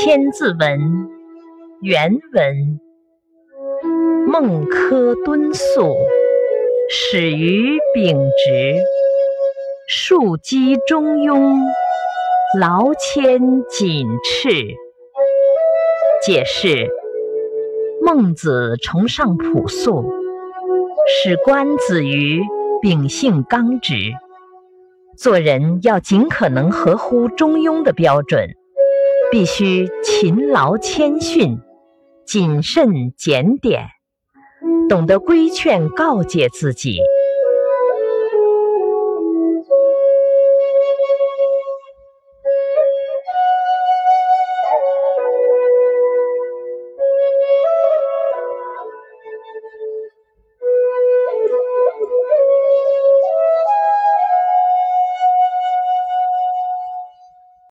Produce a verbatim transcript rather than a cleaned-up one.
千字文》原文：孟轲敦肃，始于秉直，庶几中庸，劳谦谨斥。解释：孟子崇尚朴素，使官子于秉性刚直，做人要尽可能合乎中庸的标准，必须勤劳谦逊，谨慎检点，懂得规劝告诫自己，